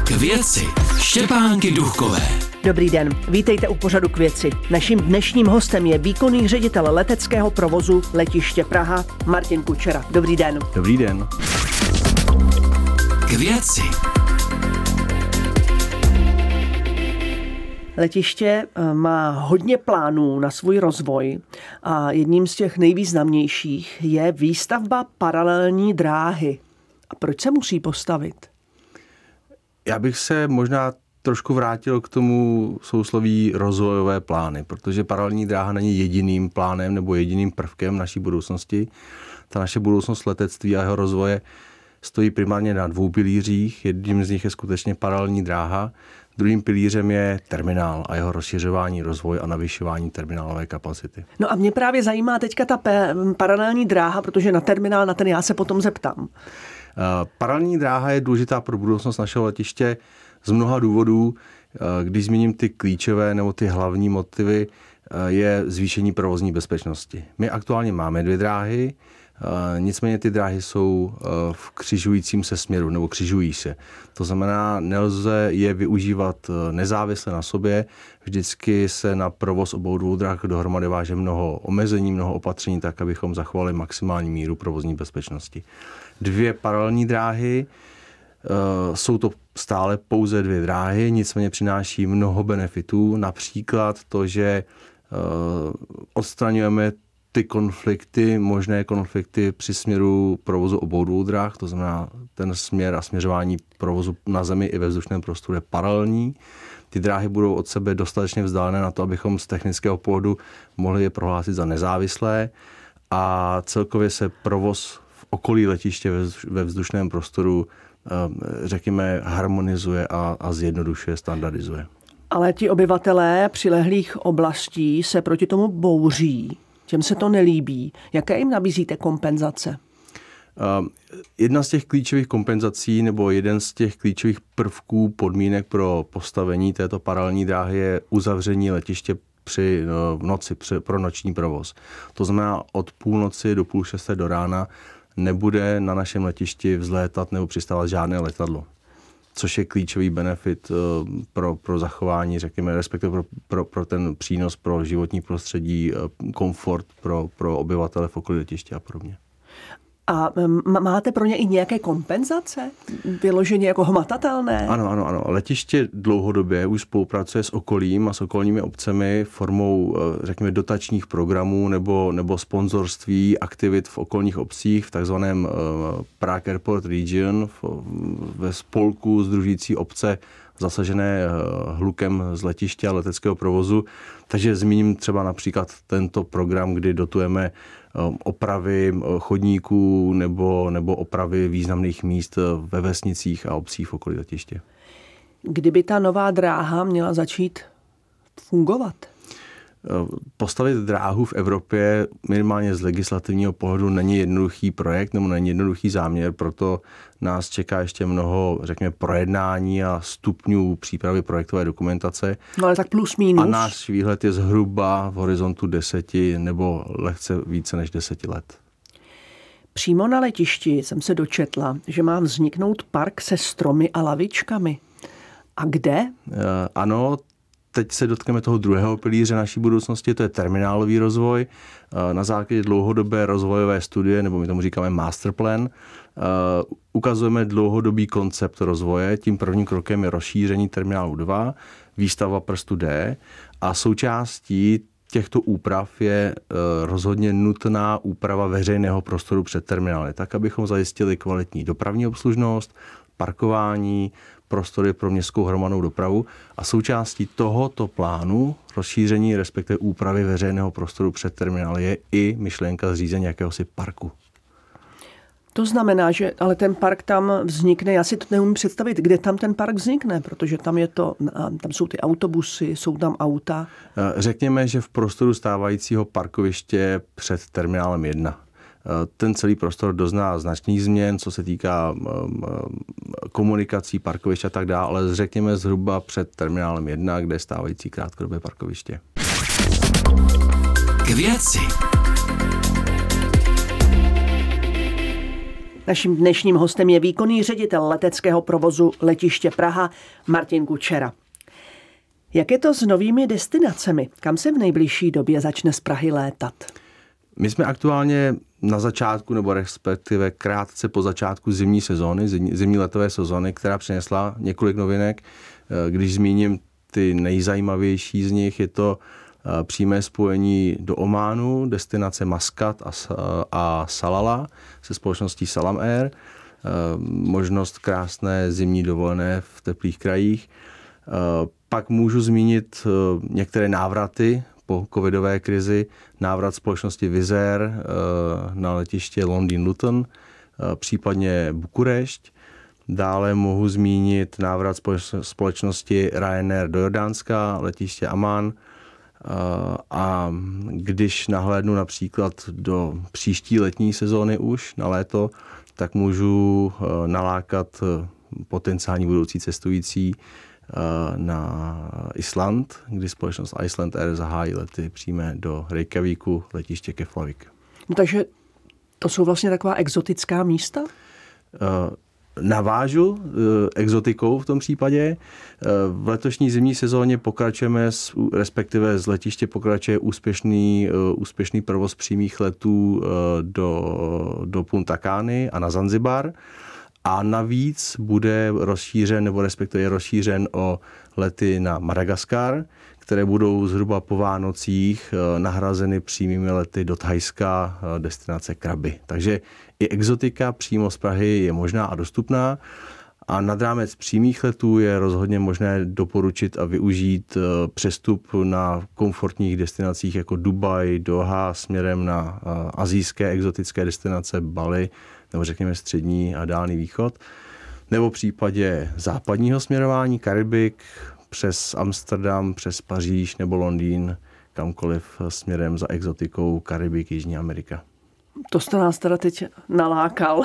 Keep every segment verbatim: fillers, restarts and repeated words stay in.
K věci Štěpánky Duchkové. Dobrý den, vítejte u pořadu K věci. Naším dnešním hostem je výkonný ředitel leteckého provozu Letiště Praha Martin Kučera. Dobrý den. Dobrý den. K věci. Letiště má hodně plánů na svůj rozvoj a jedním z těch nejvýznamnějších je výstavba paralelní dráhy. A proč se musí postavit? Já bych se možná trošku vrátil k tomu sousloví rozvojové plány, protože paralelní dráha není jediným plánem nebo jediným prvkem naší budoucnosti. Ta naše budoucnost letectví a jeho rozvoje stojí primárně na dvou pilířích. Jedním z nich je skutečně paralelní dráha, druhým pilířem je terminál a jeho rozšiřování, rozvoj a navyšování terminálové kapacity. No a mě právě zajímá teďka ta pe- paralelní dráha, protože na terminál, na ten já se potom zeptám. Paralelní dráha je důležitá pro budoucnost našeho letiště z mnoha důvodů. Když zmíním ty klíčové nebo ty hlavní motivy, je zvýšení provozní bezpečnosti. My aktuálně máme dvě dráhy, nicméně ty dráhy jsou v křižujícím se směru nebo křižují se. To znamená, nelze je využívat nezávisle na sobě. Vždycky se na provoz obou dvou dráh dohromady váže mnoho omezení, mnoho opatření, tak abychom zachovali maximální míru provozní bezpečnosti. Dvě paralelní dráhy, jsou to stále pouze dvě dráhy, nicméně přináší mnoho benefitů, například to, že odstraňujeme ty konflikty, možné konflikty při směru provozu obou dvou dráh, to znamená ten směr a směřování provozu na zemi i ve vzdušném prostoru je paralelní. Ty dráhy budou od sebe dostatečně vzdálené na to, abychom z technického pohledu mohli je prohlásit za nezávislé a celkově se provoz v okolí letiště ve vzdušném prostoru, řekněme, harmonizuje a, a zjednodušuje, standardizuje. Ale ti obyvatelé přilehlých oblastí se proti tomu bouří. Těm se to nelíbí. Jaké jim nabízíte kompenzace? Jedna z těch klíčových kompenzací nebo jeden z těch klíčových prvků podmínek pro postavení této paralelní dráhy je uzavření letiště při v noci při, pro noční provoz. To znamená, od půlnoci do půl šesté do rána nebude na našem letišti vzlétat nebo přistávat žádné letadlo, což je klíčový benefit pro, pro zachování, řekněme, respektive pro, pro, pro ten přínos pro životní prostředí, komfort pro, pro obyvatele v okolí letiště a podobně. A máte pro ně i nějaké kompenzace? Vyloženě jako hmatatelné? Ano, ano, ano. Letiště dlouhodobě už spolupracuje s okolím a s okolními obcemi formou, řekněme, dotačních programů nebo, nebo sponzorství aktivit v okolních obcích v takzvaném Prague Airport Region ve spolku sdružující obce zasažené hlukem z letiště a leteckého provozu. Takže zmíním třeba například tento program, kdy dotujeme opravy chodníků nebo, nebo opravy významných míst ve vesnicích a obcích v okolí letiště. Kdyby ta nová dráha měla začít fungovat? Postavit dráhu v Evropě minimálně z legislativního pohledu není jednoduchý projekt nebo není jednoduchý záměr, proto nás čeká ještě mnoho, řekněme, projednání a stupňů přípravy projektové dokumentace. No ale tak plus minus. A náš výhled je zhruba v horizontu deseti nebo lehce více než deseti let. Přímo na letišti jsem se dočetla, že má vzniknout park se stromy a lavičkami. A kde? Ano, teď se dotkneme toho druhého pilíře naší budoucnosti, to je terminálový rozvoj. Na základě dlouhodobé rozvojové studie, nebo my tomu říkáme masterplan, ukazujeme dlouhodobý koncept rozvoje. Tím prvním krokem je rozšíření terminálu dva, výstavba prstu D a součástí těchto úprav je rozhodně nutná úprava veřejného prostoru před terminály, tak abychom zajistili kvalitní dopravní obslužnost, parkování, prostory pro městskou hromadnou dopravu a součástí tohoto plánu rozšíření, respektive úpravy veřejného prostoru před terminály je i myšlenka zřízení jakéhosi parku. To znamená, že ale ten park tam vznikne, já si to neumím představit, kde tam ten park vznikne, protože tam je to, tam jsou ty autobusy, jsou tam auta. Řekněme, že v prostoru stávajícího parkoviště před terminálem jedna. Ten celý prostor dozná značných změn, co se týká komunikací, parkoviště a tak dále, ale řekněme zhruba před terminálem jedna, kde je stávající krátkodobé parkoviště. K věci. Naším dnešním hostem je výkonný ředitel leteckého provozu letiště Praha Martin Kučera. Jak je to s novými destinacemi? Kam se v nejbližší době začne z Prahy létat? My jsme aktuálně na začátku, nebo respektive krátce po začátku zimní sezóny, zimní letové sezóny, která přinesla několik novinek. Když zmíním ty nejzajímavější z nich, je to přímé spojení do Ománu, destinace Maskat a, a Salala se společností Salam Air, možnost krásné zimní dovolené v teplých krajích. Pak můžu zmínit některé návraty po covidové krizi, návrat společnosti Wizz Air na letiště Londýn Luton, případně Bukurešť. Dále mohu zmínit návrat společnosti Ryanair do Jordánska, letiště Amman. A když nahlédnu například do příští letní sezóny už na léto, tak můžu nalákat potenciální budoucí cestující na Island, kdy společnost Iceland Air zahájí lety přímé do Reykjavíku, letiště Keflavik. No, takže to jsou vlastně taková exotická místa? Navážu exotikou v tom případě. V letošní zimní sezóně pokračujeme, respektive z letiště pokračuje úspěšný, úspěšný provoz přímých letů do, do Punta Cany a na Zanzibar. A navíc bude rozšířen, nebo respektive je rozšířen o lety na Madagaskar, které budou zhruba po Vánocích nahrazeny přímými lety do Thajska, destinace Krabi. Takže i exotika přímo z Prahy je možná a dostupná. A nad rámec přímých letů je rozhodně možné doporučit a využít přestup na komfortních destinacích jako Dubaj, Doha, směrem na asijské exotické destinace Bali, nebo řekněme střední a dálný východ. Nebo v případě západního směrování Karibik přes Amsterdam, přes Paříž nebo Londýn, kamkoliv směrem za exotikou Karibik, Jižní Amerika. To jste nás teda teď nalákal.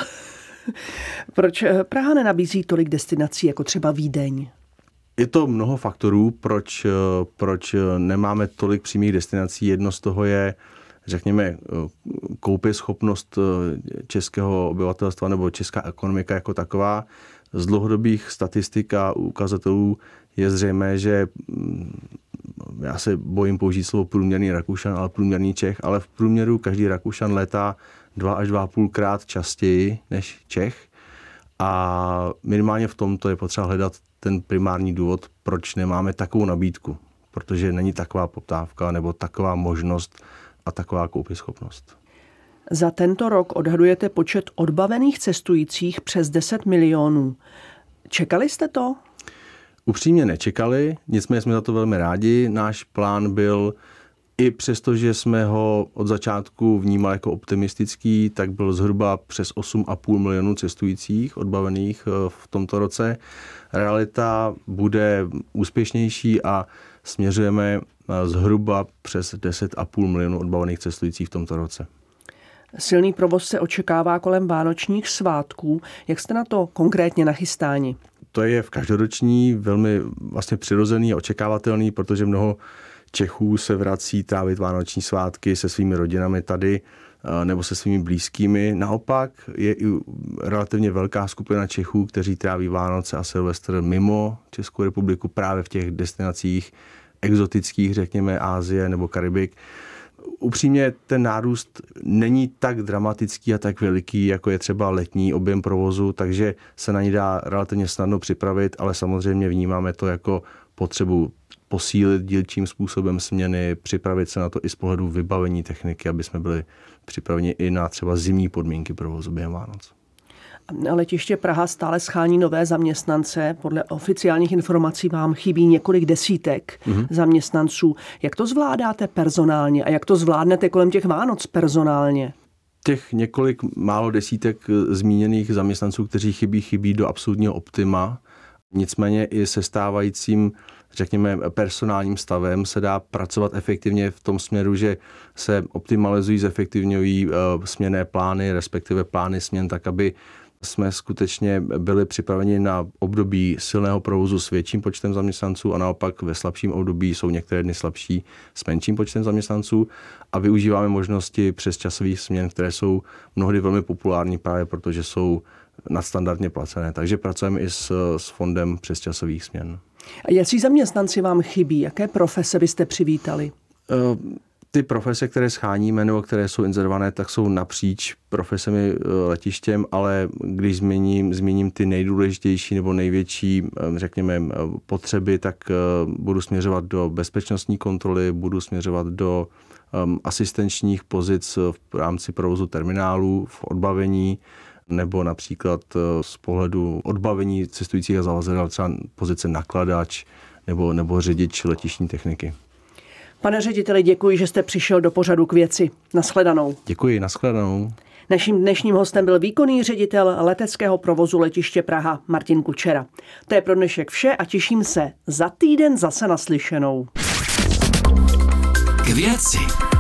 Proč Praha nenabízí tolik destinací jako třeba Vídeň? Je to mnoho faktorů, proč, proč nemáme tolik přímých destinací. Jedno z toho je, řekněme, koupěschopnost českého obyvatelstva nebo česká ekonomika jako taková. Z dlouhodobých statistik a ukazatelů je zřejmé, že já se bojím použít slovo průměrný Rakušan, ale průměrný Čech, ale v průměru každý Rakušan létá dva až dva a půl krát častěji než Čech a minimálně v tomto je potřeba hledat ten primární důvod, proč nemáme takovou nabídku, protože není taková poptávka nebo taková možnost a taková koupěschopnost. Za tento rok odhadujete počet odbavených cestujících přes deset milionů. Čekali jste to? Upřímně nečekali, nicméně jsme za to velmi rádi. Náš plán byl, i přesto, že jsme ho od začátku vnímali jako optimistický, tak byl zhruba přes osm a půl milionu cestujících odbavených v tomto roce. Realita bude úspěšnější a směřujeme zhruba přes deset a půl milionu odbavených cestujících v tomto roce. Silný provoz se očekává kolem vánočních svátků. Jak jste na to konkrétně nachystáni? To je v každoroční velmi vlastně přirozený a očekávatelný, protože mnoho Čechů se vrací trávit vánoční svátky se svými rodinami tady nebo se svými blízkými. Naopak je i relativně velká skupina Čechů, kteří tráví Vánoce a Silvestr mimo Českou republiku právě v těch destinacích exotických, řekněme Asie nebo Karibik. Upřímně ten nárůst není tak dramatický a tak veliký, jako je třeba letní objem provozu, takže se na ní dá relativně snadno připravit, ale samozřejmě vnímáme to jako potřebu posílit dílčím způsobem směny, připravit se na to i z pohledu vybavení techniky, aby jsme byli připraveni i na třeba zimní podmínky provozu během Vánoc. Letiště Praha stále schání nové zaměstnance. Podle oficiálních informací vám chybí několik desítek mm-hmm. zaměstnanců. Jak to zvládáte personálně a jak to zvládnete kolem těch Vánoc personálně? Těch několik málo desítek zmíněných zaměstnanců, kteří chybí, chybí do absolutního optima. Nicméně i se stávajícím, řekněme, personálním stavem se dá pracovat efektivně v tom směru, že se optimalizují, zefektivňují směnné plány, respektive plány směn tak, aby jsme skutečně byli připraveni na období silného provozu s větším počtem zaměstnanců a naopak ve slabším období jsou některé dny slabší s menším počtem zaměstnanců a využíváme možnosti přesčasových směn, které jsou mnohdy velmi populární právě protože jsou nadstandardně placené. Takže pracujeme i s, s fondem přesčasových směn. A jaký zaměstnanci vám chybí? Jaké profese byste přivítali? Ty profese, které scháníme nebo které jsou inzerované, tak jsou napříč profesemi letištěm, ale když změním, změním ty nejdůležitější nebo největší, řekněme, potřeby, tak budu směřovat do bezpečnostní kontroly, budu směřovat do um, asistenčních pozic v rámci provozu terminálů, v odbavení, nebo například z pohledu odbavení cestujících a zavazadel třeba pozice nakladač nebo, nebo řidič letištní techniky. Pane řediteli, děkuji, že jste přišel do pořadu K věci. Nashledanou. Děkuji, nashledanou. Naším dnešním hostem byl výkonný ředitel leteckého provozu letiště Praha Martin Kučera. To je pro dnešek vše a těším se za týden zase naslyšenou. K věci.